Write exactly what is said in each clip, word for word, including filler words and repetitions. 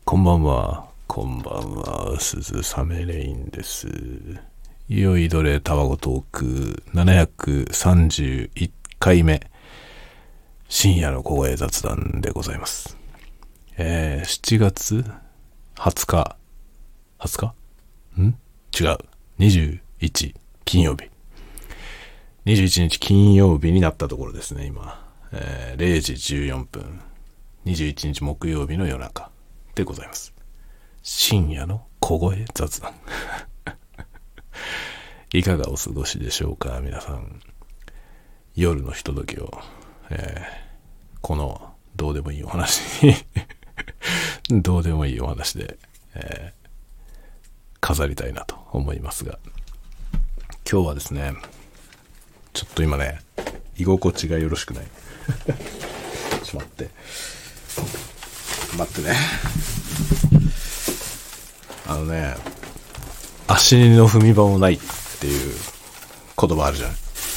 こんばんは。こんばんは。鈴雨レインです。いよいどれタワゴトークななひゃくさんじゅういっかいめ。深夜の小声雑談でございます。えー、しちがつはつか。はつかん違う。にじゅういち金曜日。にじゅういちにち金曜日になったところですね、今。えー、れいじじゅうよんぷん。にじゅういちにち木曜日の夜中でございます。深夜の小声雑談。いかがお過ごしでしょうか、皆さん。夜のひとときを、えー、このどうでもいいお話にどうでもいいお話で、えー、飾りたいなと思いますが、今日はですね、ちょっと今ね、居心地がよろしくない。ちょっと待って。待ってね。あのね、足の踏み場もないっていう言葉あるじゃん。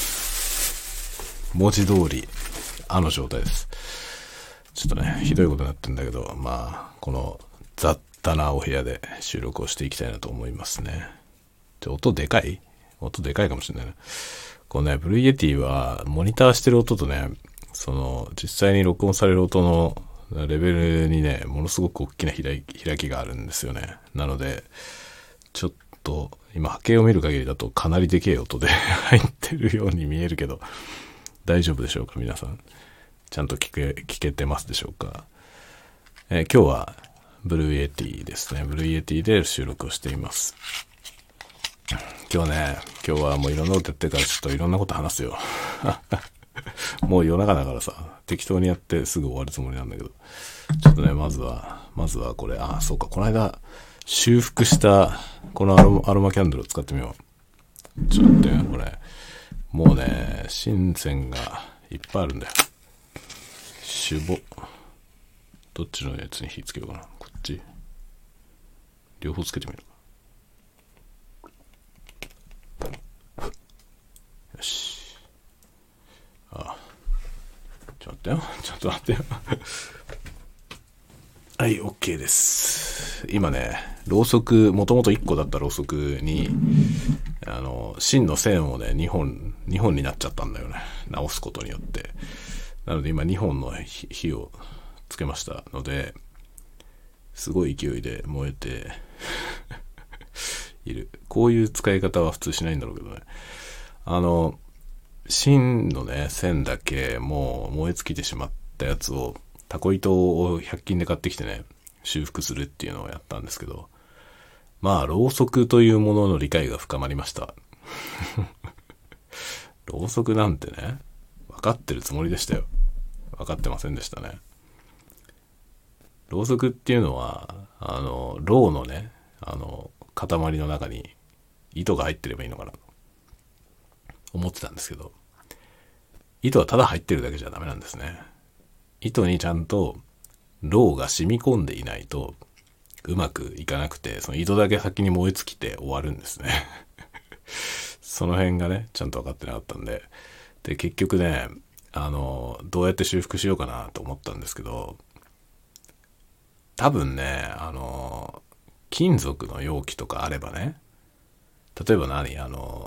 文字通りあの状態です。ちょっとね、ひどいことになってんだけど、まあこの雑多なお部屋で収録をしていきたいなと思いますね。ちょ音でかい？音でかいかもしれないな。このね、ブルーイエティはモニターしてる音とね、その実際に録音される音のレベルにね、ものすごく大きな開き、開きがあるんですよね。なので、ちょっと、今波形を見る限りだとかなりでけえ音で入ってるように見えるけど、大丈夫でしょうか皆さん。ちゃんと聞け、聞けてますでしょうか。えー、今日は、ブルーイエティですね。ブルーイエティで収録をしています。今日ね、今日はもういろんなことやってるからちょっといろんなこと話すよ。もう夜中だからさ、適当にやってすぐ終わるつもりなんだけど。ちょっとね、まずは、まずはこれ、あ、そうか、この間、修復した、このアロマ、アロマキャンドルを使ってみよう。ちょっと待って、これ。もうね、新鮮がいっぱいあるんだよ。シュボ。どっちのやつに火つけようかな。こっち。両方つけてみるか。よし。ああ。ちょっと待ってよ。ちょっと待ってよ。はい、OK です。今ね、ろうそく、もともといっこだったろうそくに、あの、芯の線をね、にほん、にほんになっちゃったんだよね。直すことによって。なので今にほんの火をつけましたので、すごい勢いで燃えている。こういう使い方は普通しないんだろうけどね。あの、芯のね、線だけもう燃え尽きてしまったやつを、タコ糸をひゃく均で買ってきてね、修復するっていうのをやったんですけど、まあ、ろうそくというものの理解が深まりました。ろうそくなんてね、分かってるつもりでしたよ。分かってませんでしたね。ろうそくっていうのは、あの、ろうのね、あの、塊の中に糸が入ってればいいのかなと思ってたんですけど、糸はただ入ってるだけじゃダメなんですね。糸にちゃんとろうが染み込んでいないとうまくいかなくて、その糸だけ先に燃え尽きて終わるんですね。その辺がね、ちゃんと分かってなかったんで、で、結局ね、あの、どうやって修復しようかなと思ったんですけど、多分ね、あの、金属の容器とかあればね、例えば何あの、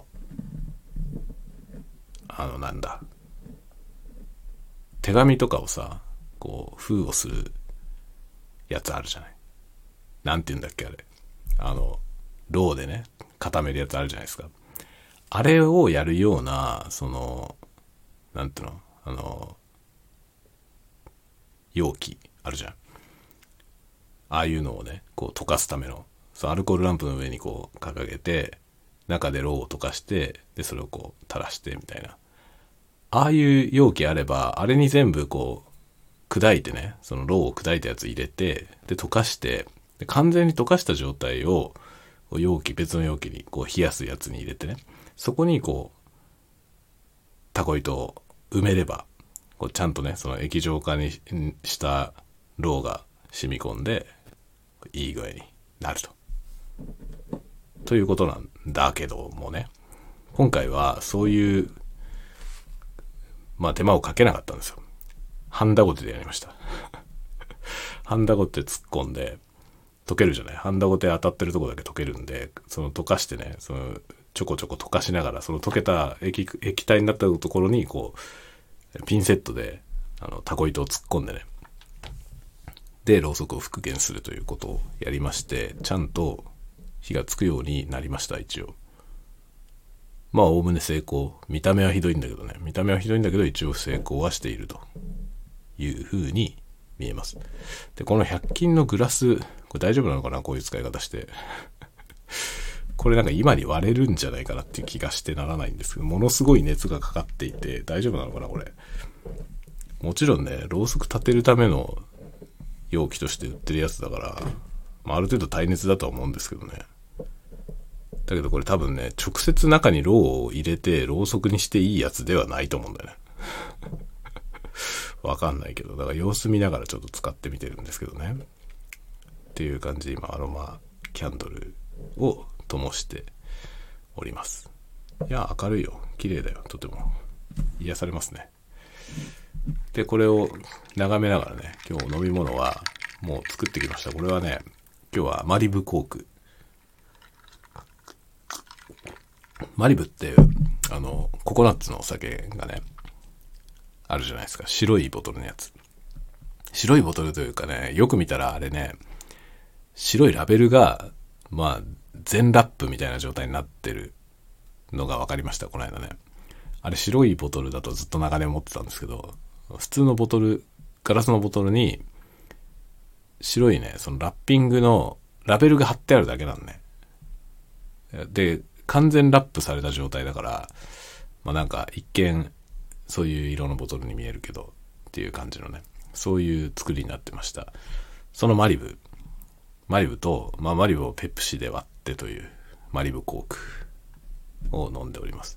あのなんだ、手紙とかをさ、こう封をするやつあるじゃない。なんて言うんだっけあれ。あのろうでね固めるやつあるじゃないですか。あれをやるようなそのなんていうのあの容器あるじゃん。ああいうのをねこう溶かすための、そうアルコールランプの上にこう掲げて中でろうを溶かしてでそれをこう垂らしてみたいな。ああいう容器あればあれに全部こう砕いてね、そのろうを砕いたやつ入れて、で溶かして、で完全に溶かした状態を容器、別の容器にこう冷やすやつに入れてね、そこにこうタコ糸を埋めれば、こうちゃんとねその液状化にしたろうが染み込んでいい具合になると。ということなんだけどもね、今回はそういうまあ手間をかけなかったんですよ。ハンダゴテでやりました。ハンダゴテ突っ込んで、 溶けるじゃない。ハンダゴテ当たってるとこだけ溶けるんで、その溶かしてね、そのちょこちょこ溶かしながら、その溶けた液液体になったところにこうピンセットであのタコ糸を突っ込んでね、でろうそくを復元するということをやりまして、ちゃんと火がつくようになりました。一応まあおおむね成功。見た目はひどいんだけどね、見た目はひどいんだけど一応成功はしているという風に見えます。でこのひゃく均のグラス、これ大丈夫なのかな、こういう使い方してこれなんか今に割れるんじゃないかなっていう気がしてならないんですけど、ものすごい熱がかかっていて大丈夫なのかなこれ。もちろんね、ろうそく立てるための容器として売ってるやつだから、まあ、ある程度耐熱だとは思うんですけどね。だけどこれ多分ね、直接中にろうを入れてろうそくにしていいやつではないと思うんだよねわかんないけど、だから様子見ながらちょっと使ってみてるんですけどね。っていう感じで今アロマキャンドルを灯しております。いや明るいよ、綺麗だよ、とても癒されますね。でこれを眺めながらね、今日飲み物はもう作ってきました。これはね、今日はマリブコーク。マリブっていうあのココナッツのお酒がねあるじゃないですか。白いボトルのやつ。白いボトルというかね、よく見たらあれね、白いラベルがまあ全ラップみたいな状態になってるのが分かりました、この間ね。あれ白いボトルだとずっと長年持ってたんですけど、普通のボトル、ガラスのボトルに白いね、そのラッピングのラベルが貼ってあるだけなんね。で完全ラップされた状態だから、まあなんか一見そういう色のボトルに見えるけどっていう感じのね、そういう作りになってました。そのマリブマリブと、まあマリブをペプシで割ってというマリブコークを飲んでおります。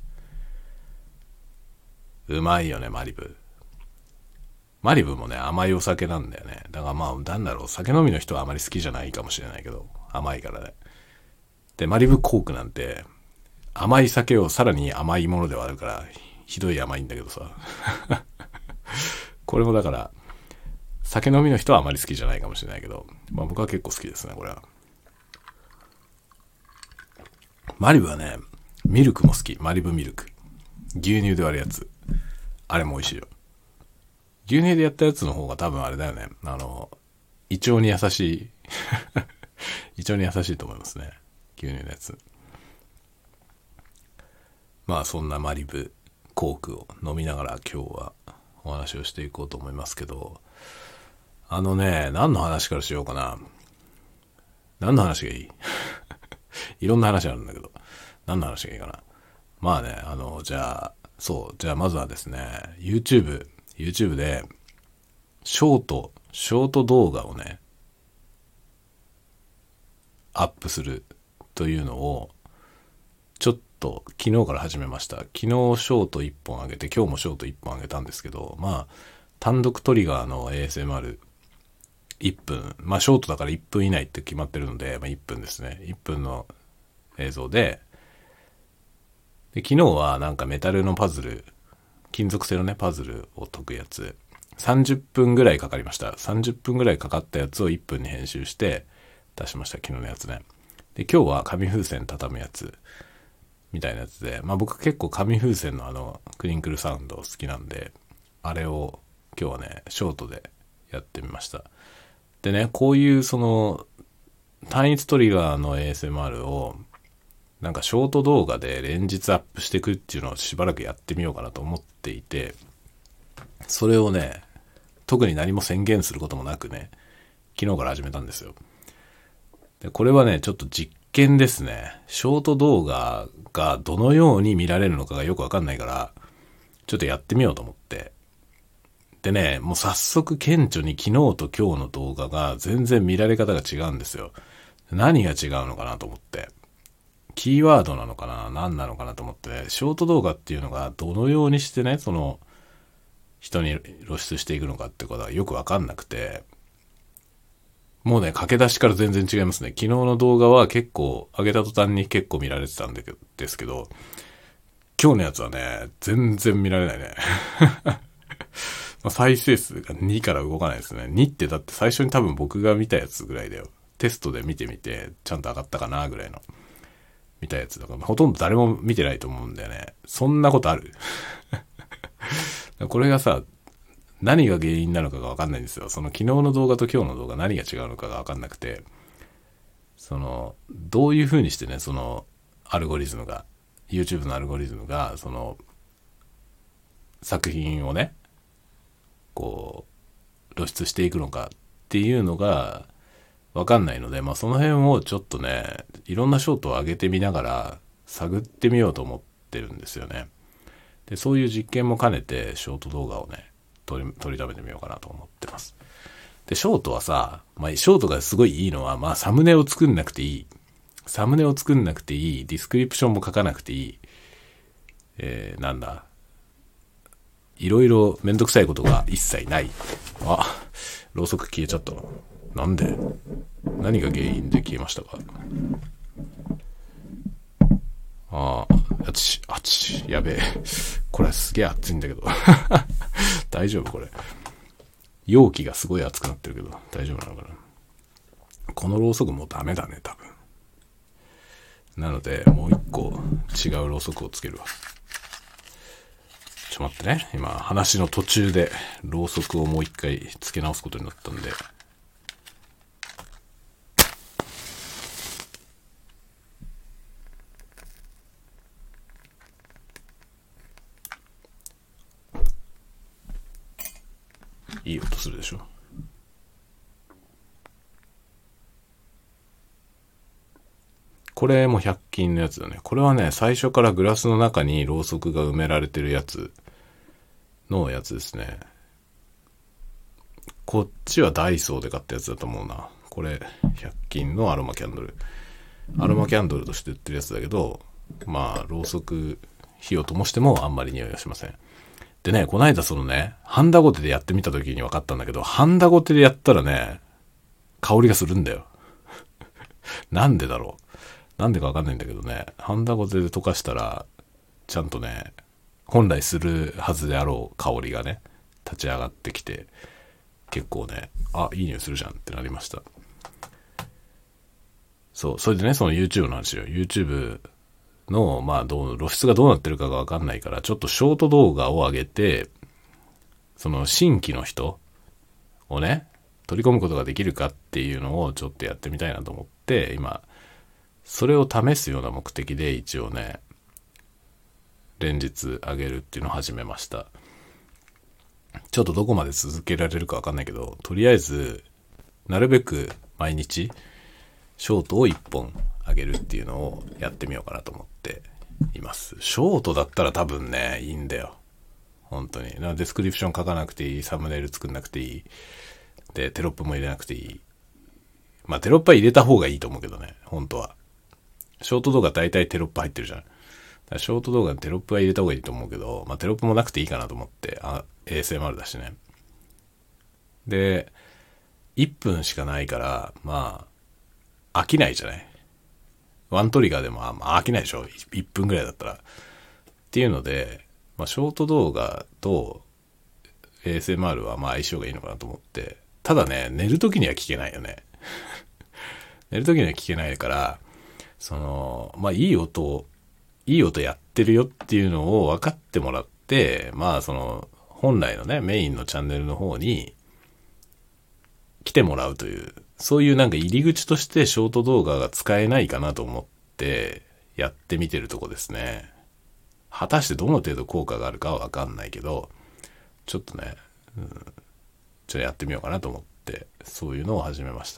うまいよね、マリブ。マリブもね、甘いお酒なんだよね。だからまあなんだろう、酒飲みの人はあまり好きじゃないかもしれないけど、甘いからね。でマリブコークなんて甘い酒をさらに甘いもので割るからひどい甘いんだけどさこれもだから酒飲みの人はあまり好きじゃないかもしれないけど、まあ僕は結構好きですね、これは。マリブはね、ミルクも好き。マリブミルク。牛乳で割るやつ。あれも美味しいよ。牛乳でやったやつの方が多分あれだよね。あの、胃腸に優しい。胃腸に優しいと思いますね。牛乳のやつ。まあそんなマリブコークを飲みながら今日はお話をしていこうと思いますけど、あのね、何の話からしようかな。何の話がいいいろんな話あるんだけど、何の話がいいかな。まあね、あの、じゃあ、そう、じゃあまずはですね、YouTube、YouTube で、ショート、ショート動画をね、アップするというのを、ちょっと昨日から始めました。昨日ショートいっぽん上げて、今日もショートいっぽん上げたんですけど、まあ、単独トリガーの エーエスエムアール、いっぷん、まあショートだからいっぷん以内って決まってるので、まあ、いっぷんですね。いっぷんの映像で、で昨日はなんかメタルのパズル、金属製のねパズルを解くやつ、さんじゅっぷんぐらいかかりました。さんじゅっぷんぐらいかかったやつをいっぷんに編集して出しました、昨日のやつね。で今日は紙風船畳むやつみたいなやつで、まあ僕結構紙風船のあのクリンクルサウンド好きなんで、あれを今日はねショートでやってみました。でね、こういうその単一トリガーの エーエスエムアール をなんかショート動画で連日アップしていくっていうのをしばらくやってみようかなと思っていて、それをね、特に何も宣言することもなくね、昨日から始めたんですよ。でこれはね、ちょっと実験ですね。ショート動画がどのように見られるのかがよくわかんないから、ちょっとやってみようと思って。でね、もう早速顕著に昨日と今日の動画が全然見られ方が違うんですよ。何が違うのかなと思って。キーワードなのかな、何なのかなと思って、ショート動画っていうのがどのようにしてね、その人に露出していくのかってことはよくわかんなくて、もうね、駆け出しから全然違いますね。昨日の動画は結構上げた途端に結構見られてたんですけど、今日のやつはね、全然見られないね。再生数がにから動かないですね。にってだって最初に多分僕が見たやつぐらいだよ。 テストで見てみて、ちゃんと上がったかなぐらいの見たやつだから、ほとんど誰も見てないと思うんだよね。そんなことあるこれがさ、何が原因なのかが分かんないんですよ。その昨日の動画と今日の動画何が違うのかが分かんなくて、そのどういう風にしてね、そのアルゴリズムが YouTube のアルゴリズムがその作品をねこう露出していくのかっていうのが分かんないので、まあその辺をちょっとねいろんなショートを上げてみながら探ってみようと思ってるんですよね。でそういう実験も兼ねてショート動画をね取り取りためてみようかなと思ってます。でショートはさ、まあ、ショートがすごいいいのは、まあサムネを作んなくていいサムネを作んなくていいディスクリプションも書かなくていい、えー、なんだいろいろめんどくさいことが一切ない。あ、ろうそく消えちゃったの。なんで？何が原因で消えましたか？ああ、あち、あち、やべえ。これすげえ熱いんだけど。大丈夫これ。容器がすごい熱くなってるけど、大丈夫なのかな。このろうそくもうダメだね、多分。なので、もう一個違うろうそくをつけるわ。ちょっと待ってね。今、話の途中でろうそくをもう一回つけ直すことになったんで。いい音するでしょ。これもひゃく均のやつだね。これはね、最初からグラスの中にろうそくが埋められてるやつのやつですね。こっちはダイソーで買ったやつだと思うな。これひゃく均のアロマキャンドル。アロマキャンドルとして売ってるやつだけど、まあろうそく火を灯してもあんまり匂いがしません。でね、この間そのね、ハンダゴテでやってみた時に分かったんだけど、ハンダゴテでやったらね、香りがするんだよ。なんでだろう。なんでか分かんないんだけどね、ハンダゴテで溶かしたら、ちゃんとね、本来するはずであろう香りがね、立ち上がってきて、結構ね、あ、いい匂いするじゃんってなりました。そう、それでね、その YouTube の話よ。YouTube の、まあ、どう、露出がどうなってるかがわかんないから、ちょっとショート動画を上げて、その新規の人をね、取り込むことができるかっていうのをちょっとやってみたいなと思って、今、それを試すような目的で一応ね、連日上げるっていうのを始めました。ちょっとどこまで続けられるかわかんないけど、とりあえず、なるべく毎日、ショートをいっぽん上げるっていうのをやってみようかなと思っています。ショートだったら多分ね、いいんだよ。本当に。デスクリプション書かなくていい、サムネイル作んなくていい。で、テロップも入れなくていい。まあテロップは入れた方がいいと思うけどね、本当は。ショート動画大体テロップ入ってるじゃん。だからショート動画にテロップは入れた方がいいと思うけど、まあテロップもなくていいかなと思って、あ、エーエスエムアール だしね。で、いっぷんしかないから、まあ、飽きないじゃない。ワントリガーでも、まあ、飽きないでしょ。いっぷんぐらいだったら。っていうので、まあ、ショート動画と エーエスエムアール はまあ相性がいいのかなと思って。ただね、寝るときには聞けないよね。寝るときには聞けないから、その、まあいい音を、いい音やってるよっていうのを分かってもらって、まあその、本来のね、メインのチャンネルの方に来てもらうという、そういうなんか入り口としてショート動画が使えないかなと思ってやってみてるとこですね。果たしてどの程度効果があるかは分かんないけど、ちょっとね、うん、ちょっとやってみようかなと思って、そういうのを始めました。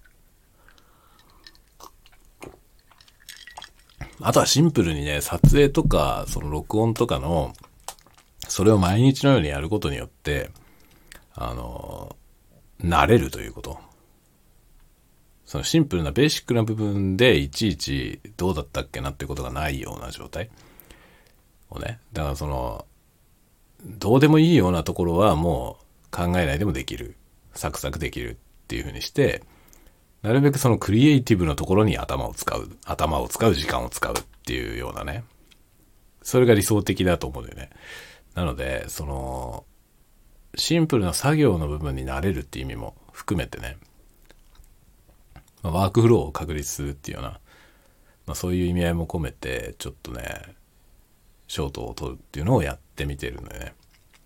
あとはシンプルにね、撮影とか、その録音とかの、それを毎日のようにやることによって、あの、慣れるということ。そのシンプルなベーシックな部分でいちいちどうだったっけなってことがないような状態をね。だからその、どうでもいいようなところはもう考えないでもできる。サクサクできるっていう風にして、なるべくそのクリエイティブなところに頭を使う。頭を使う時間を使うっていうようなね。それが理想的だと思うんだよね。なので、その、シンプルな作業の部分に慣れるっていう意味も含めてね、 まあ、ワークフローを確立するっていうような、まあ、そういう意味合いも込めてちょっとねショートを撮るっていうのをやってみてるのよね。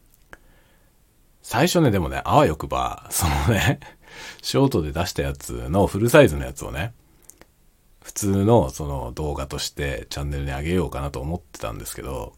最初ねでもねあわよくばそのねショートで出したやつのフルサイズのやつをね普通のその動画としてチャンネルに上げようかなと思ってたんですけど、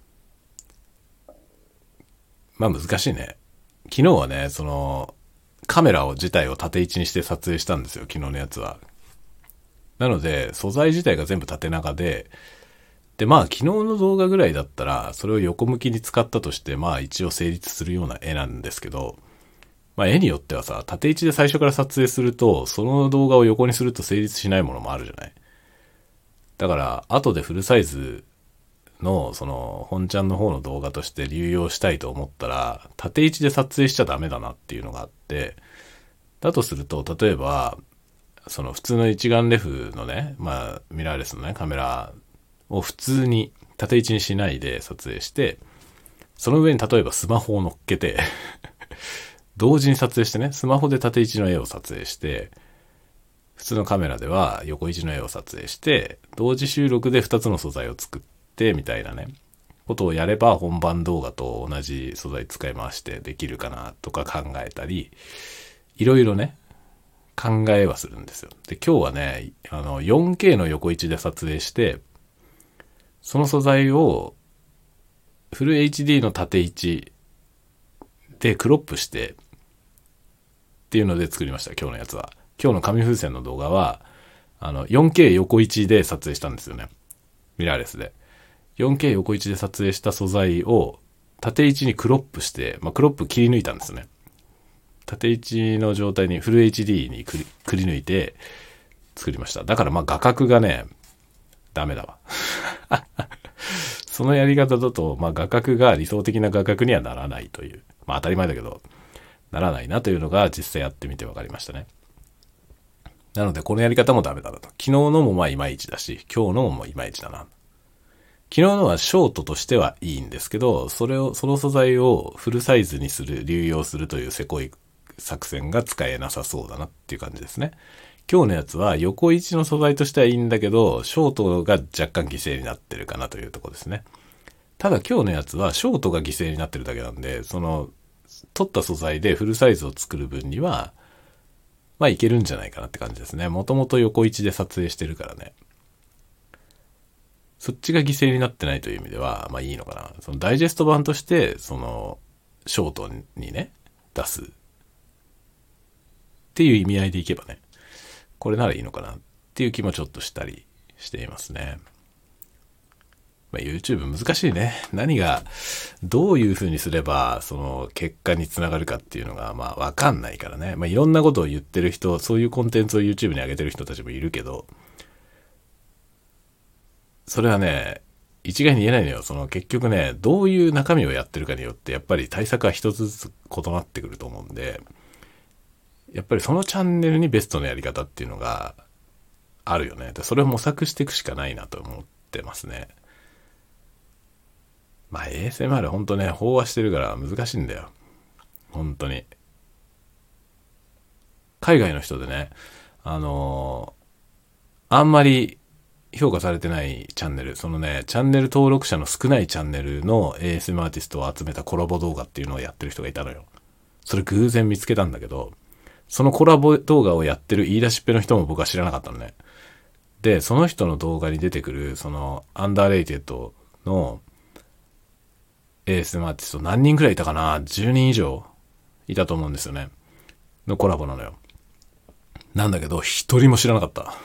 まあ難しいね。昨日はねそのカメラを自体を縦位置にして撮影したんですよ、昨日のやつは。なので素材自体が全部縦長で、でまあ昨日の動画ぐらいだったらそれを横向きに使ったとしてまあ一応成立するような絵なんですけど、まあ絵によってはさ縦位置で最初から撮影するとその動画を横にすると成立しないものもあるじゃない。だから後でフルサイズのその本ちゃんの方の動画として流用したいと思ったら縦位置で撮影しちゃダメだなっていうのがあって、だとすると例えばその普通の一眼レフのねまあミラーレスのねカメラを普通に縦位置にしないで撮影して、その上に例えばスマホを乗っけて同時に撮影してね、スマホで縦位置の絵を撮影して普通のカメラでは横位置の絵を撮影して同時収録でふたつの素材を作ってみたいなねことをやれば本番動画と同じ素材使い回してできるかなとか考えたり、いろいろね考えはするんですよ。で今日はねあの よんケー の横位置で撮影してその素材をフル エイチディー の縦位置でクロップしてっていうので作りました、今日のやつは。今日の紙風船の動画はあの よんケー 横位置で撮影したんですよね、ミラーレスで。 よんケー 横位置で撮影した素材を縦位置にクロップして、まあ、クロップ切り抜いたんですね。縦位置の状態にフル エイチディー にくり、くり抜いて作りました。だからまあ画角がねダメだわそのやり方だと、まあ、画角が理想的な画角にはならないという、まあ当たり前だけどならないなというのが実際やってみて分かりましたね。なのでこのやり方もダメだなと。昨日のもまあいまいちだし今日のもいまいちだな。昨日のはショートとしてはいいんですけど、それをその素材をフルサイズにする流用するというせこい作戦が使えなさそうだなっていう感じですね。今日のやつは横位置の素材としてはいいんだけどショートが若干犠牲になってるかなというところですね。ただ今日のやつはショートが犠牲になってるだけなんで、その取った素材でフルサイズを作る分にはまあいけるんじゃないかなって感じですね。もともと横位置で撮影してるからね、そっちが犠牲になってないという意味ではまあいいのかな。そのダイジェスト版としてそのショートにね出すっていう意味合いでいけばねこれならいいのかなっていう気もちょっとしたりしていますね。まあ、YouTube 難しいね。何がどういう風にすればその結果につながるかっていうのがまあ分かんないからね。まあいろんなことを言ってる人、そういうコンテンツを YouTube に上げてる人たちもいるけど、それはね一概に言えないのよ。その結局ねどういう中身をやってるかによってやっぱり対策は一つずつ異なってくると思うんで、やっぱりそのチャンネルにベストのやり方っていうのがあるよね。でそれを模索していくしかないなと思ってますね。まあ エーエスエムアール ほんとね飽和してるから難しいんだよ本当に。海外の人でねあのー、あんまり評価されてないチャンネル、そのねチャンネル登録者の少ないチャンネルの エーエスエム アーティストを集めたコラボ動画っていうのをやってる人がいたのよ。それ偶然見つけたんだけど、そのコラボ動画をやってる言い出しっぺの人も僕は知らなかったのね。でその人の動画に出てくるそのアンダーレイテッドの エーエスエム アーティスト何人くらいいたかな、じゅうにん以上いたと思うんですよねのコラボなのよ。なんだけど一人も知らなかった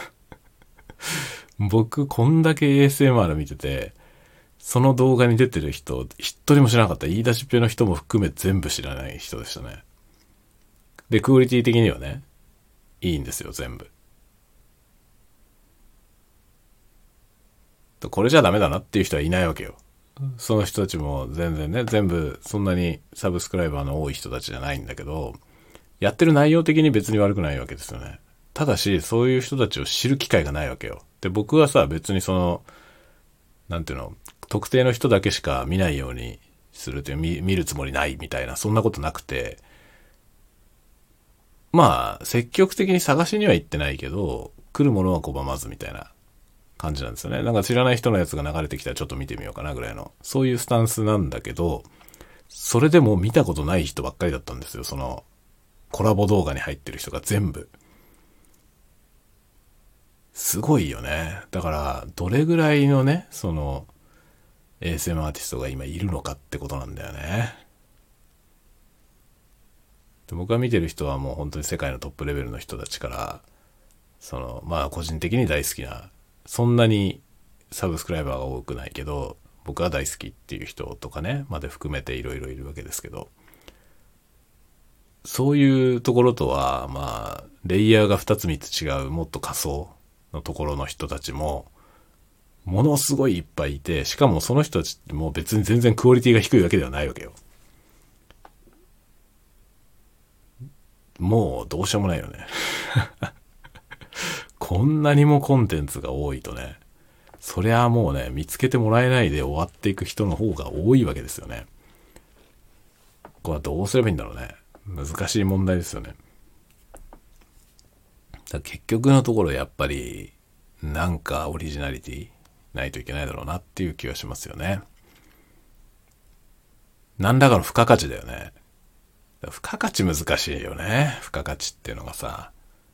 僕こんだけ エーエスエムアール 見ててその動画に出てる人一人も知らなかった。言い出しっぺの人も含め全部知らない人でしたね。でクオリティ的にはねいいんですよ全部。これじゃダメだなっていう人はいないわけよ。その人たちも全然ね全部そんなにサブスクライバーの多い人たちじゃないんだけど、やってる内容的に別に悪くないわけですよね。ただしそういう人たちを知る機会がないわけよ。で僕はさ別にそのなんていうの特定の人だけしか見ないようにするという 見, 見るつもりないみたいなそんなことなくて、 まあ、積極的に探しには行ってないけど、来るものは拒まずみたいな感じなんですよね。なんか知らない人のやつが流れてきたらちょっと見てみようかなぐらいの、そういうスタンスなんだけど、それでも見たことない人ばっかりだったんですよ。その、コラボ動画に入ってる人が全部。すごいよね。だから、どれぐらいのね、その、エーエスエム アーティストが今いるのかってことなんだよね。で僕が見てる人はもう本当に世界のトップレベルの人たちから、その、まあ個人的に大好きな、そんなにサブスクライバーが多くないけど、僕は大好きっていう人とかね、まで含めていろいろいるわけですけど、そういうところとは、まあ、レイヤーがふたつみっつ違う、もっと仮想のところの人たちも、ものすごいいっぱいいて、しかもその人たちってもう別に全然クオリティが低いわけではないわけよ。もうどうしようもないよね。こんなにもコンテンツが多いとね、そりゃもうね、見つけてもらえないで終わっていく人の方が多いわけですよね。これはどうすればいいんだろうね。難しい問題ですよね。だ結局のところやっぱりなんかオリジナリティないといけないだろうなっていう気はしますよね。何らかの付加価値だよね。付加価値難しいよね。付加価値っていうのがさ。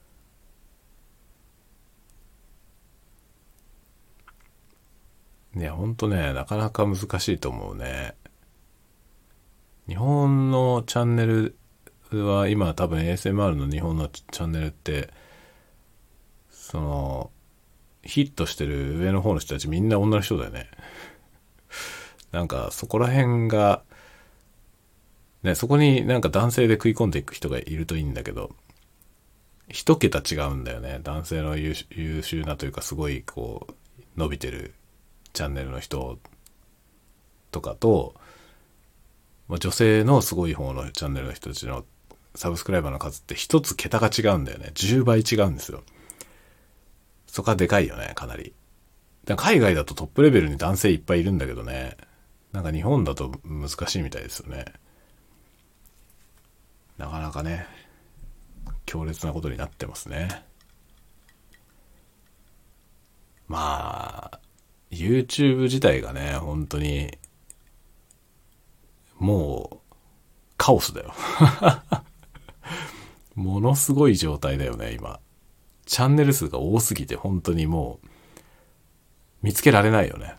いや、ほんとね、なかなか難しいと思うね。日本のチャンネルは今多分 エーエスエムアール の日本のチャンネルって、その、ヒットしてる上の方の人たちみんな女の人だよね。なんかそこら辺が、ね、そこになんか男性で食い込んでいく人がいるといいんだけど、一桁違うんだよね。男性の優秀、優秀なというかすごいこう、伸びてるチャンネルの人とかと、まあ、女性のすごい方のチャンネルの人たちのサブスクライバーの数って一つ桁が違うんだよね。じゅうばい違うんですよ。そこはでかいよね、かなり。海外だとトップレベルに男性いっぱいいるんだけどね。なんか日本だと難しいみたいですよね。なかなかね、強烈なことになってますね。まあ、YouTube 自体がね、本当に、もう、カオスだよ。ものすごい状態だよね、今。チャンネル数が多すぎて、本当にもう、見つけられないよね。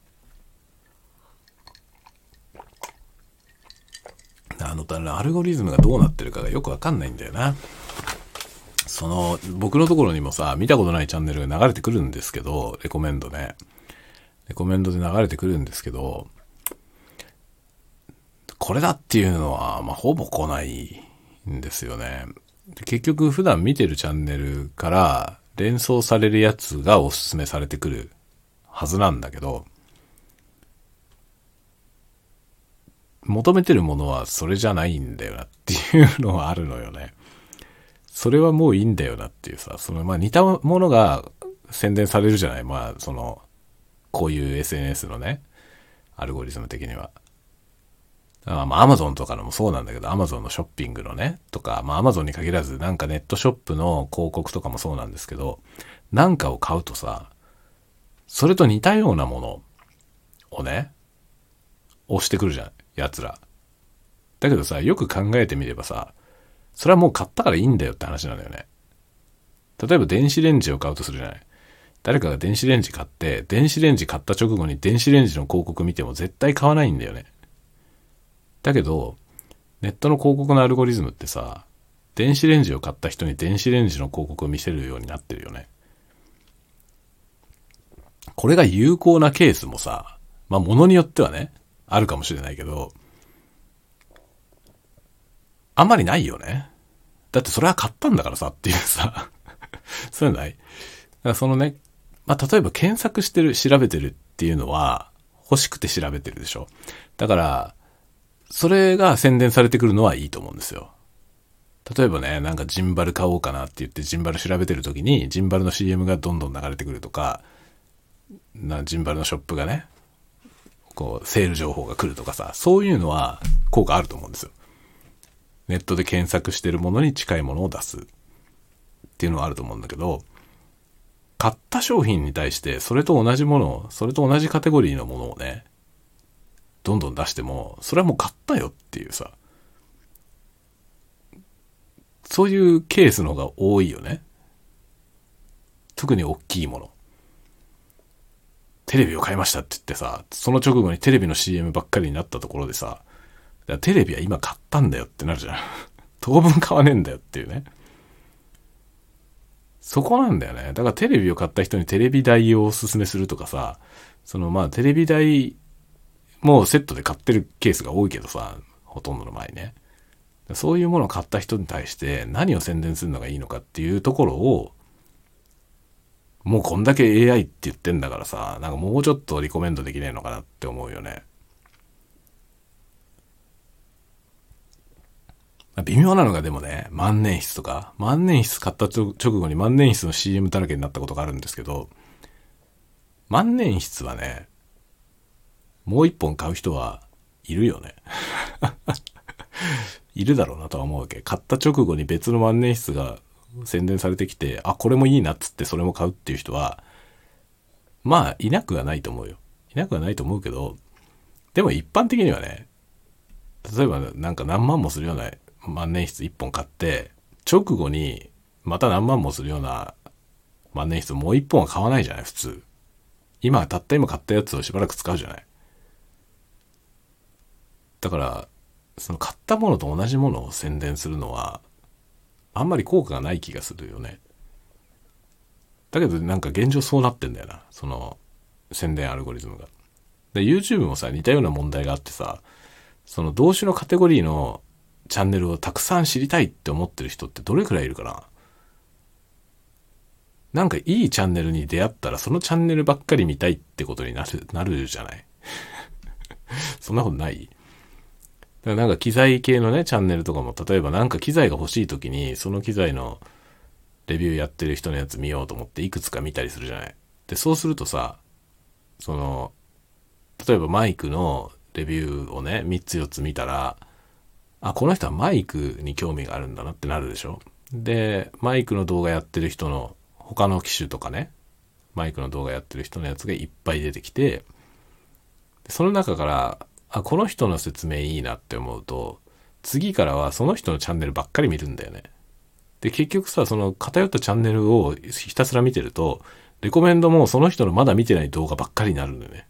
あの、アルゴリズムがどうなってるかがよくわかんないんだよな。その、僕のところにもさ、見たことないチャンネルが流れてくるんですけど、レコメンドね。レコメンドで流れてくるんですけど、これだっていうのは、まあ、ほぼ来ないんですよね。結局、普段見てるチャンネルから連想されるやつがおすすめされてくるはずなんだけど、求めてるものはそれじゃないんだよなっていうのはあるのよね。それはもういいんだよなっていうさ、そのまあ似たものが宣伝されるじゃない。まあその、こういう エスエヌエス のね、アルゴリズム的には。まあ Amazon とかのもそうなんだけど、Amazon のショッピングのね、とか、まあ Amazon に限らずなんかネットショップの広告とかもそうなんですけど、なんかを買うとさ、それと似たようなものをね、押してくるじゃん。奴ら。だけどさ、よく考えてみればさ、それはもう買ったからいいんだよって話なんだよね。例えば電子レンジを買うとするじゃない。誰かが電子レンジ買って、電子レンジ買った直後に電子レンジの広告見ても絶対買わないんだよね。だけど、ネットの広告のアルゴリズムってさ、電子レンジを買った人に電子レンジの広告を見せるようになってるよね。これが有効なケースもさ、まあ物によってはね、あるかもしれないけど、あんまりないよね。だってそれは買ったんだからさっていうさ、そういうのない。だからそのね、まあ例えば検索してる、調べてるっていうのは欲しくて調べてるでしょ。だから、それが宣伝されてくるのはいいと思うんですよ。例えばね、なんかジンバル買おうかなって言ってジンバル調べてる時にジンバルの シーエム がどんどん流れてくるとか、なジンバルのショップがね、こうセール情報が来るとかさ、そういうのは効果あると思うんですよ。 ネットで検索してるものに近いものを出すっていうのはあると思うんだけど、買った商品に対してそれと同じもの、それと同じカテゴリーのものをね、どんどん出しても、それはもう買ったよっていうさ、そういうケースの方が多いよね。特に大きいもの。テレビを買いましたって言ってさ、その直後にテレビの シーエム ばっかりになったところでさ、だからテレビは今買ったんだよってなるじゃん。当分買わねえんだよっていうね。そこなんだよね。だからテレビを買った人にテレビ台をおすすめするとかさ、そのまあテレビ台もセットで買ってるケースが多いけどさ、ほとんどの場合ね。そういうものを買った人に対して何を宣伝するのがいいのかっていうところを、もうこんだけ エーアイ って言ってんだからさ、なんかもうちょっとリコメンドできないのかなって思うよね。微妙なのがでもね、万年筆とか、万年筆買った直後に万年筆の シーエム だらけになったことがあるんですけど、万年筆はね、もう一本買う人はいるよね。いるだろうなとは思うわけ。買った直後に別の万年筆が宣伝されてきて、あ、これもいいなっつってそれも買うっていう人は、まあ、いなくはないと思うよ。いなくはないと思うけど、でも一般的にはね、例えばなんか何万もするような万年筆一本買って、直後にまた何万もするような万年筆もう一本は買わないじゃない、普通。今、たった今買ったやつをしばらく使うじゃない。だから、その買ったものと同じものを宣伝するのは、あんまり効果がない気がするよね。だけどなんか現状そうなってんだよな。その宣伝アルゴリズムが。で、YouTube もさ、似たような問題があってさ、その同種のカテゴリーのチャンネルをたくさん知りたいって思ってる人ってどれくらいいるかな。なんかいいチャンネルに出会ったらそのチャンネルばっかり見たいってことになる、なるじゃない。そんなことない？だからなんか機材系のね、チャンネルとかも、例えばなんか機材が欲しい時に、その機材のレビューやってる人のやつ見ようと思っていくつか見たりするじゃない。で、そうするとさ、その、例えばマイクのレビューをね、みっつよっつ見たら、あ、この人はマイクに興味があるんだなってなるでしょ。で、マイクの動画やってる人の、他の機種とかね、マイクの動画やってる人のやつがいっぱい出てきて、その中から、あ、この人の説明いいなって思うと、次からはその人のチャンネルばっかり見るんだよね。で、結局さ、その偏ったチャンネルをひたすら見てると、レコメンドもその人のまだ見てない動画ばっかりになるんだよね。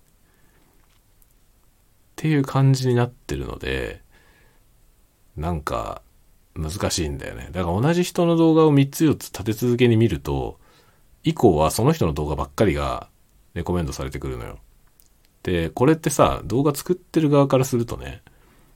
っていう感じになってるので、なんか難しいんだよね。だから同じ人の動画をみっつよっつ立て続けに見ると、以降はその人の動画ばっかりがレコメンドされてくるのよ。で、これってさ、動画作ってる側からするとね、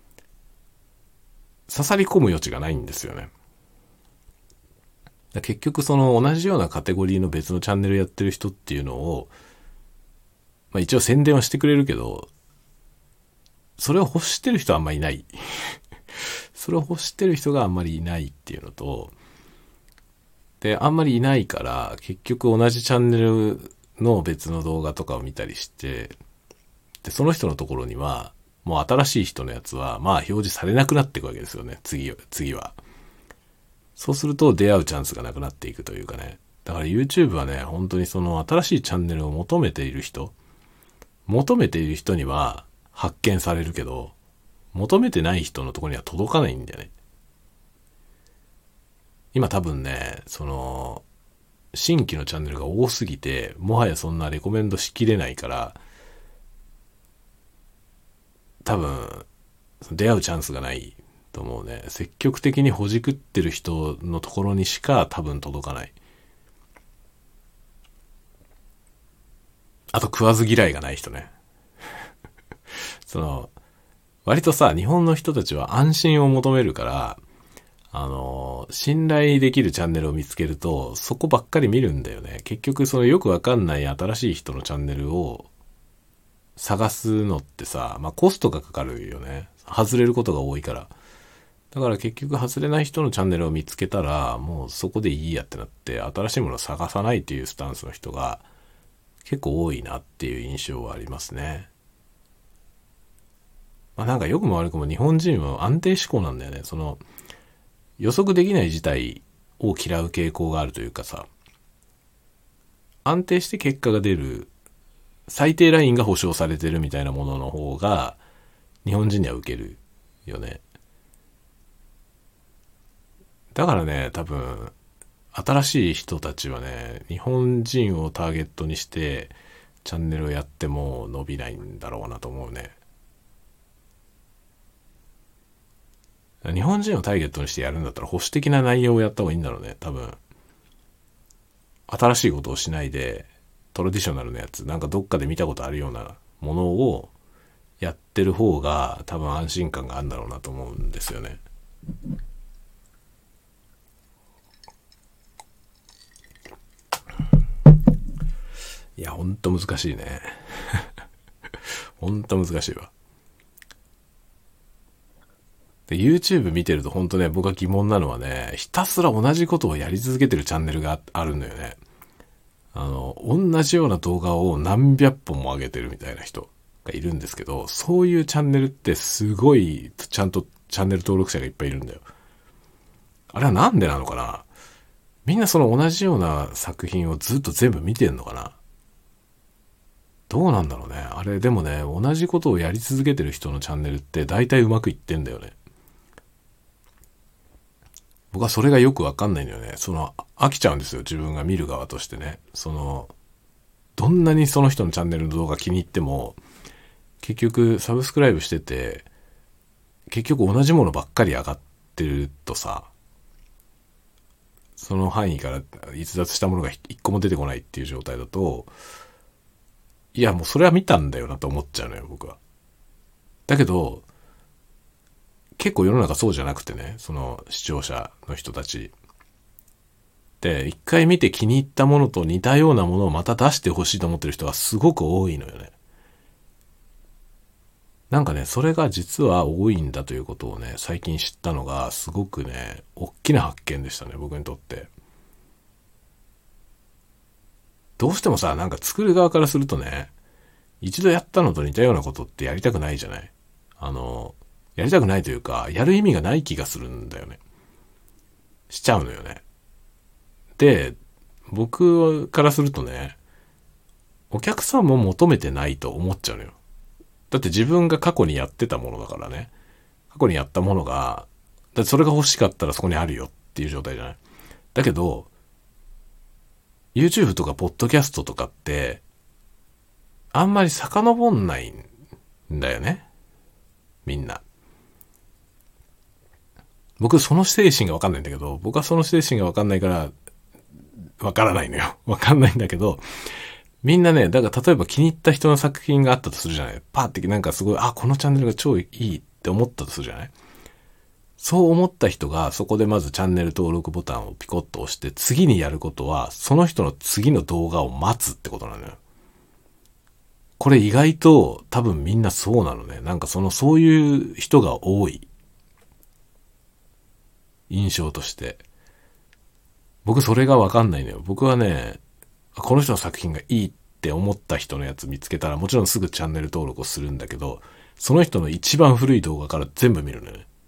刺さり込む余地がないんですよね。だ結局その同じようなカテゴリーの別のチャンネルやってる人っていうのを、まあ一応宣伝はしてくれるけど、それを欲してる人はあんまりいない。それを欲してる人があんまりいないっていうのと、で、あんまりいないから、結局同じチャンネルの別の動画とかを見たりして、で、その人のところには、もう新しい人のやつは、まあ表示されなくなっていくわけですよね、次、次は。そうすると出会うチャンスがなくなっていくというかね。だから YouTube はね、本当にその新しいチャンネルを求めている人、求めている人には発見されるけど、求めてない人のところには届かないんだよね。今多分ね、その、新規のチャンネルが多すぎて、もはやそんなレコメンドしきれないから、多分、出会うチャンスがないと思うね。積極的にほじくってる人のところにしか多分届かない。あと食わず嫌いがない人ね。その、割とさ、日本の人たちは安心を求めるから、あの、信頼できるチャンネルを見つけると、そこばっかり見るんだよね。結局、そのよくわかんない新しい人のチャンネルを探すのってさ、まあコストがかかるよね。外れることが多いから。だから結局外れない人のチャンネルを見つけたら、もうそこでいいやってなって、新しいものを探さないっていうスタンスの人が結構多いなっていう印象はありますね。まあなんか良くも悪くも日本人は安定志向なんだよね。その、 予測できない事態を嫌う傾向があるというかさ、安定して結果が出る、最低ラインが保証されてるみたいなものの方が日本人には受けるよね。だからね、多分新しい人たちはね、日本人をターゲットにしてチャンネルをやっても伸びないんだろうなと思うね。日本人をターゲットにしてやるんだったら保守的な内容をやった方がいいんだろうね、多分。新しいことをしないでトラディショナルなやつ、なんかどっかで見たことあるようなものをやってる方が多分安心感があるんだろうなと思うんですよね。いや、ほんと難しいね。ほんと難しいわ。で、YouTube 見てるとほんとね、僕が疑問なのはね、ひたすら同じことをやり続けてるチャンネルがあるんだよね。あの、同じような動画を何百本も上げてるみたいな人がいるんですけど、そういうチャンネルってすごい、ちゃんとチャンネル登録者がいっぱいいるんだよ。あれはなんでなのかな？みんなその同じような作品をずっと全部見てんのかな？どうなんだろうね。あれ、でもね、同じことをやり続けてる人のチャンネルって大体うまくいってんだよね。僕はそれがよくわかんないんだよね。その、飽きちゃうんですよ。自分が見る側としてね。その、どんなにその人のチャンネルの動画気に入っても、結局サブスクライブしてて、結局同じものばっかり上がってるとさ、その範囲から逸脱したものが一個も出てこないっていう状態だと、いやもうそれは見たんだよなと思っちゃうのよ、僕は。だけど、結構世の中そうじゃなくてね、その視聴者の人たちで一回見て気に入ったものと似たようなものをまた出してほしいと思ってる人がすごく多いのよね。なんかね、それが実は多いんだということをね、最近知ったのがすごくね、大きな発見でしたね、僕にとって。どうしてもさ、なんか作る側からするとね、一度やったのと似たようなことってやりたくないじゃない。あの、やりたくないというか、やる意味がない気がするんだよね。しちゃうのよね。で、僕からするとね、お客さんも求めてないと思っちゃうのよ。だって自分が過去にやってたものだからね。過去にやったものが、だってそれが欲しかったらそこにあるよっていう状態じゃない。だけど、YouTube とかポッドキャストとかって、あんまり遡んないんだよね。みんな。僕その精神がわかんないんだけど、僕はその精神がわかんないから、わからないのよ。わかんないんだけど、みんなね、だから例えば気に入った人の作品があったとするじゃない。パーってなんかすごい、あ、このチャンネルが超いいって思ったとするじゃない。そう思った人がそこでまずチャンネル登録ボタンをピコッと押して、次にやることは、その人の次の動画を待つってことなのよ。これ意外と多分みんなそうなのね。なんかその、そういう人が多い。印象として。僕それがわかんないのよ。僕はね、この人の作品がいいって思った人のやつ見つけたら、もちろんすぐチャンネル登録をするんだけど、その人の一番古い動画から全部見るのよね。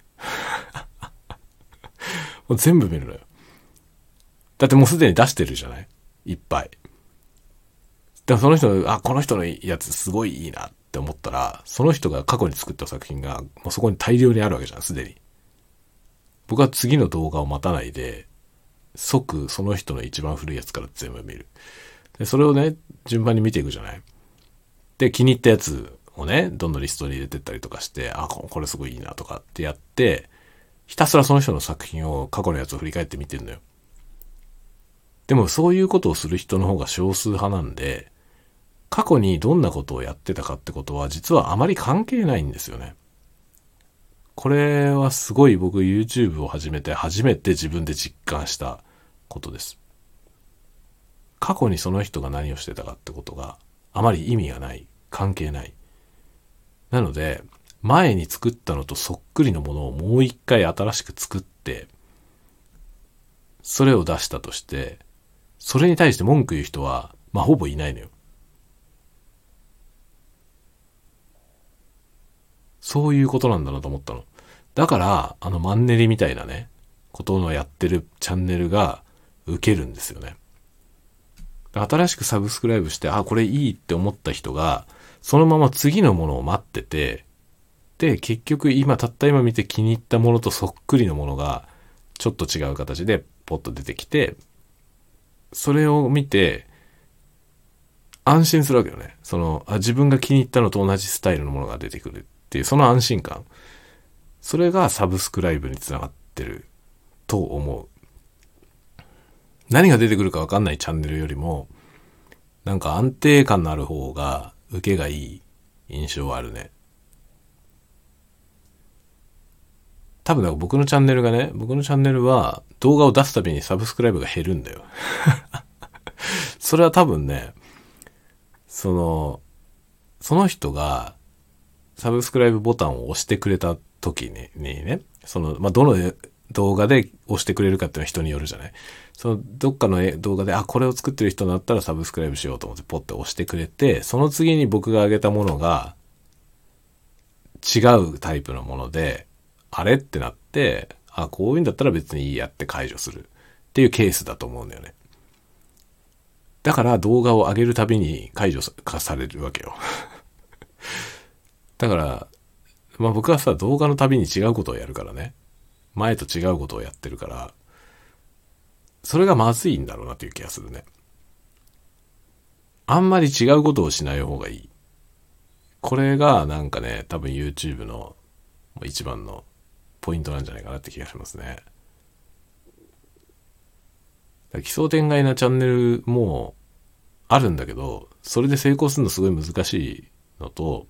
もう全部見るのよ。だってもうすでに出してるじゃない？いっぱい。でもその人の、あ、この人のやつすごいいいなって思ったら、その人が過去に作った作品が、もうそこに大量にあるわけじゃん、すでに。僕は次の動画を待たないで、即その人の一番古いやつから全部見る。で、それをね、順番に見ていくじゃない。で、気に入ったやつをね、どんどんリストに入れてったりとかして、あ、これすごいいいなとかってやって、ひたすらその人の作品を過去のやつを振り返って見てるのよ。でもそういうことをする人の方が少数派なんで、過去にどんなことをやってたかってことは実はあまり関係ないんですよね。これはすごい僕 YouTube を始めて初めて自分で実感したことです。過去にその人が何をしてたかってことがあまり意味がない、関係ない。なので前に作ったのとそっくりのものをもう一回新しく作ってそれを出したとして、それに対して文句言う人はまあほぼいないのよ。そういうことなんだなと思ったの。だから、あのマンネリみたいなね、 ことのやってるチャンネルが受けるんですよね。新しくサブスクライブして、あ、これいいって思った人が、そのまま次のものを待ってて、で、結局今、たった今見て気に入ったものとそっくりのものが、ちょっと違う形でポッと出てきて、それを見て、安心するわけよね。その、あ、自分が気に入ったのと同じスタイルのものが出てくるっていう、その安心感。それがサブスクライブにつながってると思う。何が出てくるか分かんないチャンネルよりも、なんか安定感のある方が受けがいい印象はあるね。多分だから僕のチャンネルがね、僕のチャンネルは動画を出すたびにサブスクライブが減るんだよ。それは多分ね、その、その人がサブスクライブボタンを押してくれた時に、にね、その、まあ、どの動画で押してくれるかっていうのは人によるじゃない。そのどっかの動画で、あ、これを作ってる人だったらサブスクライブしようと思ってポッて押してくれて、その次に僕が上げたものが違うタイプのもので、あれってなって、あ、こういうんだったら別にいいやって解除するっていうケースだと思うんだよね。だから動画を上げるたびに解除化されるわけよ。だから、まあ僕はさ、動画のたびに違うことをやるからね。前と違うことをやってるから、それがまずいんだろうなっていう気がするね。あんまり違うことをしない方がいい。これがなんかね、多分 YouTube の一番のポイントなんじゃないかなって気がしますね。奇想天外なチャンネルもあるんだけど、それで成功するのすごい難しいのと、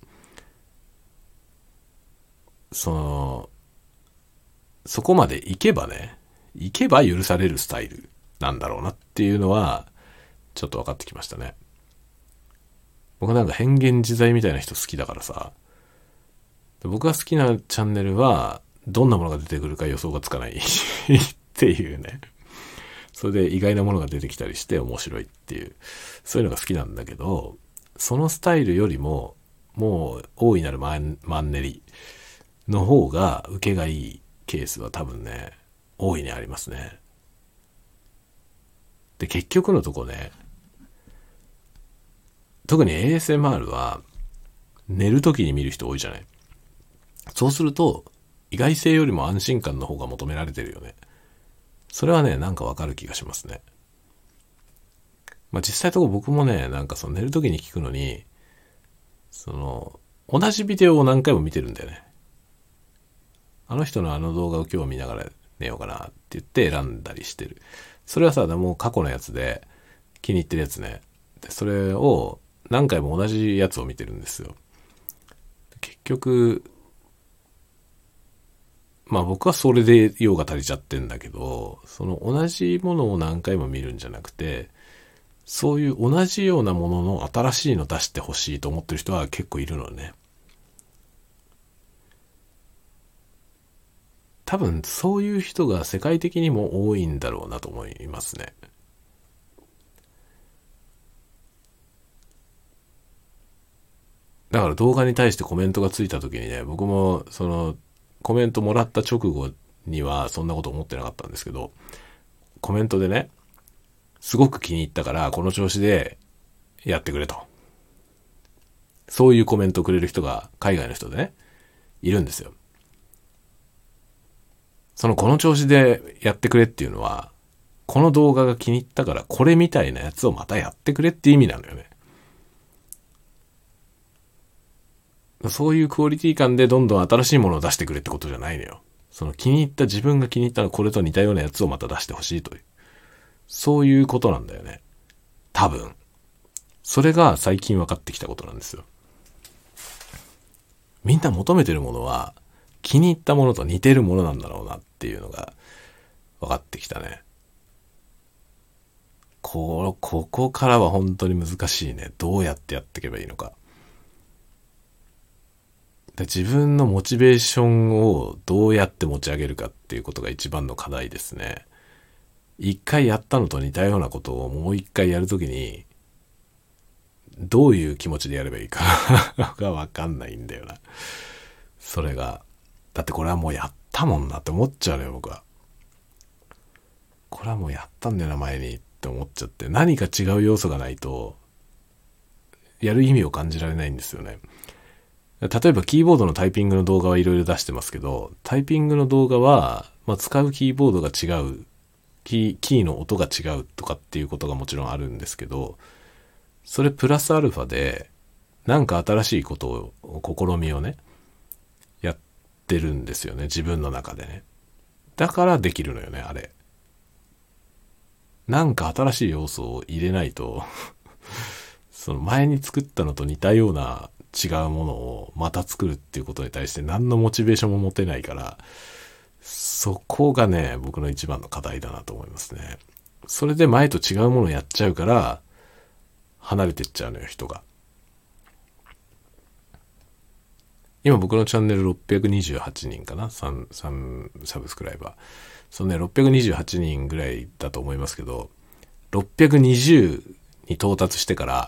その、そこまで行けばね、行けば許されるスタイルなんだろうなっていうのは、ちょっと分かってきましたね。僕なんか変幻自在みたいな人好きだからさ、僕が好きなチャンネルは、どんなものが出てくるか予想がつかないっていうね。それで意外なものが出てきたりして面白いっていう、そういうのが好きなんだけど、そのスタイルよりも、もう大いなるマン、マンネリの方が受けがいいケースは多分ね、大いにありますね。で、結局のとこね、特に エーエスエムアール は寝るときに見る人多いじゃない。そうすると、意外性よりも安心感の方が求められてるよね。それはね、なんかわかる気がしますね。まあ実際とこ僕もね、なんかその寝るときに聞くのに、その、同じビデオを何回も見てるんだよね。あの人のあの動画を今日見ながら寝ようかなって言って選んだりしてる。それはさ、もう過去のやつで気に入ってるやつね。で、それを何回も同じやつを見てるんですよ。結局、まあ僕はそれで用が足りちゃってんだけど、その同じものを何回も見るんじゃなくて、そういう同じようなものの新しいの出してほしいと思ってる人は結構いるのね。多分そういう人が世界的にも多いんだろうなと思いますね。だから動画に対してコメントがついた時にね、僕もそのコメントもらった直後にはそんなこと思ってなかったんですけど、コメントでね、すごく気に入ったからこの調子でやってくれと。そういうコメントをくれる人が海外の人でね、いるんですよ。そのこの調子でやってくれっていうのは、この動画が気に入ったからこれみたいなやつをまたやってくれって意味なのよね。そういうクオリティ感でどんどん新しいものを出してくれってことじゃないのよ。その気に入った自分が気に入ったのこれと似たようなやつをまた出してほしいという。そういうことなんだよね。多分。それが最近分かってきたことなんですよ。みんな求めてるものは気に入ったものと似てるものなんだろうなっていうのが分かってきたね。こ、ここからは本当に難しいね。どうやってやっていけばいいのか。自分のモチベーションをどうやって持ち上げるかっていうことが一番の課題ですね。一回やったのと似たようなことをもう一回やるときに、どういう気持ちでやればいいかがわかんないんだよな。それが。だってこれはもうやったもんなって思っちゃうのよ、僕は。 これはもうやったんだよな前にって思っちゃって、何か違う要素がないとやる意味を感じられないんですよね。例えばキーボードのタイピングの動画はいろいろ出してますけど、タイピングの動画は、まあ、使うキーボードが違う、キー、キーの音が違うとかっていうことがもちろんあるんですけど、それプラスアルファでなんか新しいことを、試みをね、やってるんですよね、自分の中でね。だからできるのよね、あれ。なんか新しい要素を入れないとその前に作ったのと似たような違うものをまた作るっていうことに対して何のモチベーションも持てないから、そこがね、僕の一番の課題だなと思いますね。それで前と違うものをやっちゃうから離れてっちゃうのよ、人が。今僕のチャンネルろっぴゃくにじゅうはちにんかな、3、3サブスクライバー。そのね、ろっぴゃくにじゅうはちにんぐらいだと思いますけど、ろっぴゃくにじゅうに到達してから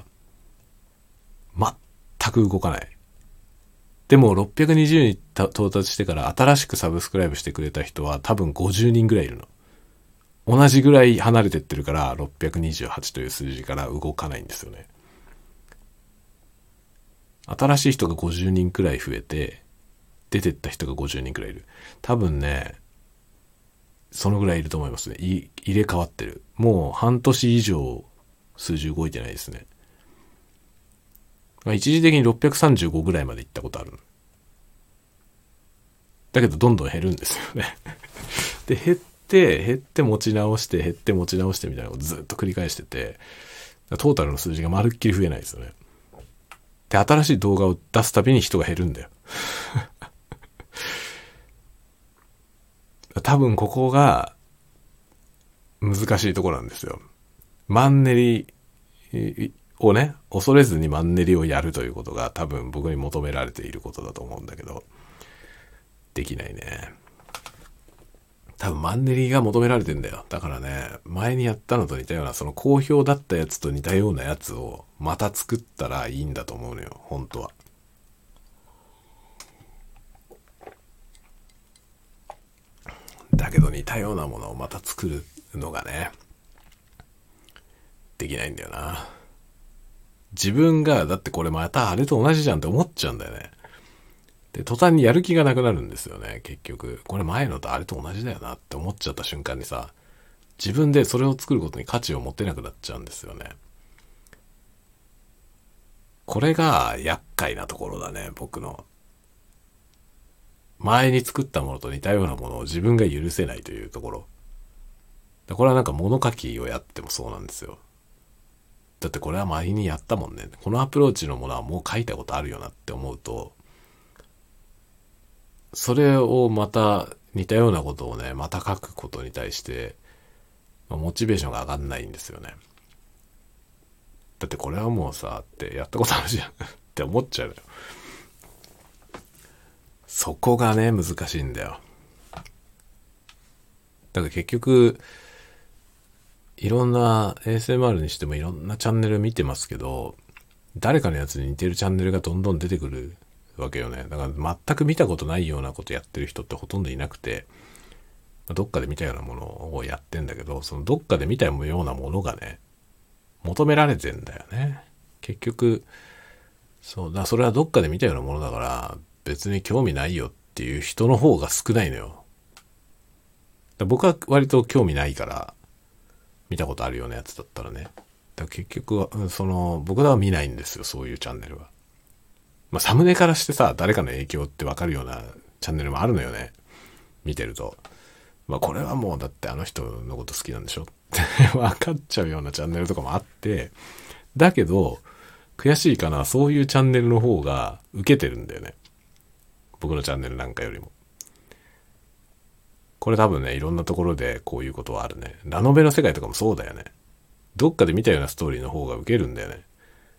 全く動かない。でもろっぴゃくにじゅうに到達してから新しくサブスクライブしてくれた人は多分ごじゅうにんぐらいいるの。同じぐらい離れてってるからろっぴゃくにじゅうはちという数字から動かないんですよね。新しい人がごじゅうにんくらい増えて、出てった人がごじゅうにんくらいいる。多分ね、そのぐらいいると思いますね。い入れ替わってる。もう半年以上数字動いてないですね。まあ、一時的にろっぴゃくさんじゅうごぐらいまで行ったことある。だけどどんどん減るんですよね。で、減って、減って持ち直して、減って持ち直してみたいなのをずっと繰り返してて、トータルの数字がまるっきり増えないですよね。で、新しい動画を出すたびに人が減るんだよ。多分ここが難しいところなんですよ。マンネリをね、恐れずにマンネリをやるということが多分僕に求められていることだと思うんだけど、できないね。多分マンネリが求められてんだよ。だからね、前にやったのと似たような、その好評だったやつと似たようなやつをまた作ったらいいんだと思うのよ、本当は。だけど似たようなものをまた作るのがね、できないんだよな。自分が、だってこれまたあれと同じじゃんって思っちゃうんだよね。で、途端にやる気がなくなるんですよね、結局。これ前のとあれと同じだよなって思っちゃった瞬間にさ、自分でそれを作ることに価値を持てなくなっちゃうんですよね。これが厄介なところだね、僕の。前に作ったものと似たようなものを自分が許せないというところ。これはなんか物書きをやってもそうなんですよ。だってこれは前にやったもんね。このアプローチのものはもう書いたことあるよなって思うと、それをまた似たようなことをね、また書くことに対して、モチベーションが上がんないんですよね。だってこれはもうさ、ってやったことあるじゃんって思っちゃうのよ。そこがね、難しいんだよ。だから結局、いろんな エーエスエムアール にしてもいろんなチャンネル見てますけど、誰かのやつに似てるチャンネルがどんどん出てくるわけよね。だから全く見たことないようなことやってる人ってほとんどいなくて、どっかで見たようなものをやってんだけど、そのどっかで見たようなものがね、求められてんだよね。結局、そうだ、それはどっかで見たようなものだから、別に興味ないよっていう人の方が少ないのよ。だ僕は割と興味ないから、見たことあるようなやつだったらね。だから結局は、その、僕らは見ないんですよ、そういうチャンネルは。まあ、サムネからしてさ、誰かの影響ってわかるようなチャンネルもあるのよね。見てると。まあ、これはもうだってあの人のこと好きなんでしょって分かっちゃうようなチャンネルとかもあって、だけど、悔しいかな、そういうチャンネルの方が受けてるんだよね。僕のチャンネルなんかよりも。これ多分ね、いろんなところでこういうことはあるね。ラノベの世界とかもそうだよね。どっかで見たようなストーリーの方が受けるんだよね。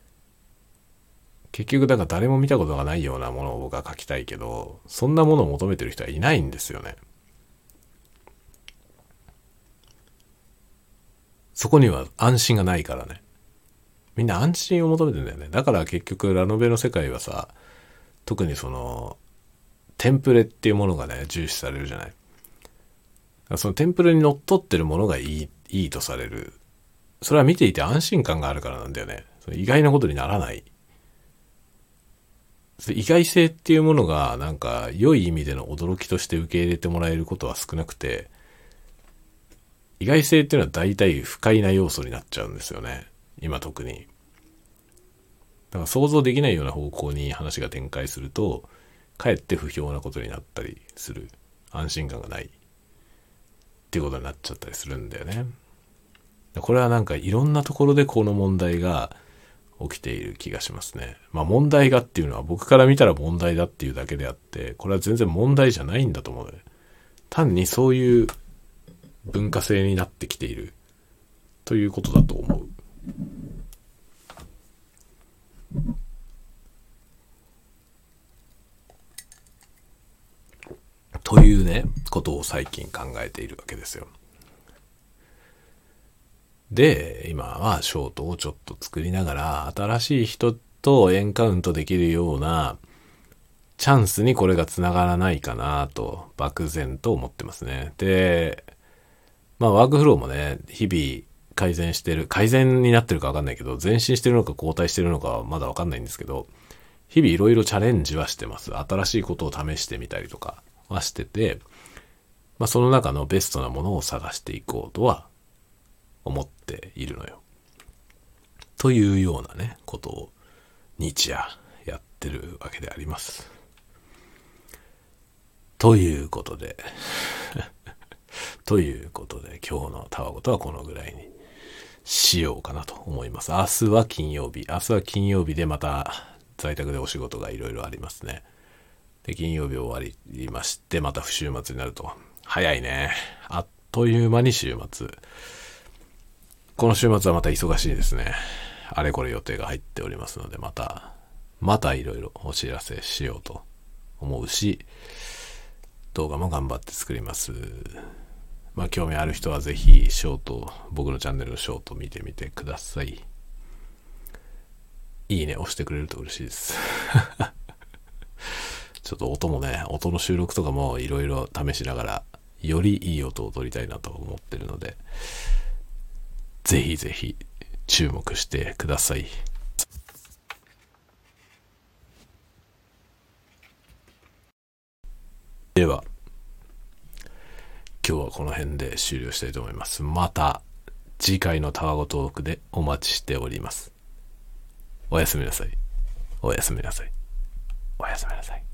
結局だから誰も見たことがないようなものを僕は書きたいけど、そんなものを求めてる人はいないんですよね。そこには安心がないからね。みんな安心を求めてんだよね。だから結局ラノベの世界はさ、特にそのテンプレっていうものがね、重視されるじゃない。 そのテンプレにのっとってるものがいい、いいとされる。それは見ていて安心感があるからなんだよね。その意外なことにならない。意外性っていうものがなんか良い意味での驚きとして受け入れてもらえることは少なくて、意外性っていうのは大体不快な要素になっちゃうんですよね。今特に。だから想像できないような方向に話が展開すると、かえって不評なことになったりする。安心感がない。っていうことになっちゃったりするんだよね。これはなんかいろんなところでこの問題が起きている気がしますね。まあ問題がっていうのは僕から見たら問題だっていうだけであって、これは全然問題じゃないんだと思うね。単にそういう文化性になってきているということだと思う。というね、ことを最近考えているわけですよ。で、今はショートをちょっと作りながら、新しい人とエンカウントできるようなチャンスにこれがつながらないかなと、漠然と思ってますね。で、まあワークフローもね、日々改善してる、改善になってるかわかんないけど、前進してるのか後退してるのかはまだわかんないんですけど、日々いろいろチャレンジはしてます。新しいことを試してみたりとかはしてて、まあその中のベストなものを探していこうとは思っているのよ。というようなね、ことを日夜やってるわけであります。ということで、ということで今日のたわごとはこのぐらいにしようかなと思います。明日は金曜日。明日は金曜日でまた在宅でお仕事がいろいろありますね。で、金曜日終わりまして、また不週末になると。早いね。あっという間に週末。この週末はまた忙しいですね。あれこれ予定が入っておりますので、また、またいろいろお知らせしようと思うし、動画も頑張って作ります。まあ興味ある人はぜひショート、僕のチャンネルのショート見てみてください。いいね押してくれると嬉しいです。ちょっと音もね、音の収録とかもいろいろ試しながら、よりいい音を取りたいなと思ってるので、ぜひぜひ注目してください。では、今日はこの辺で終了したいと思います。また次回のたわごトークでお待ちしております。おやすみなさい。おやすみなさい。おやすみなさい。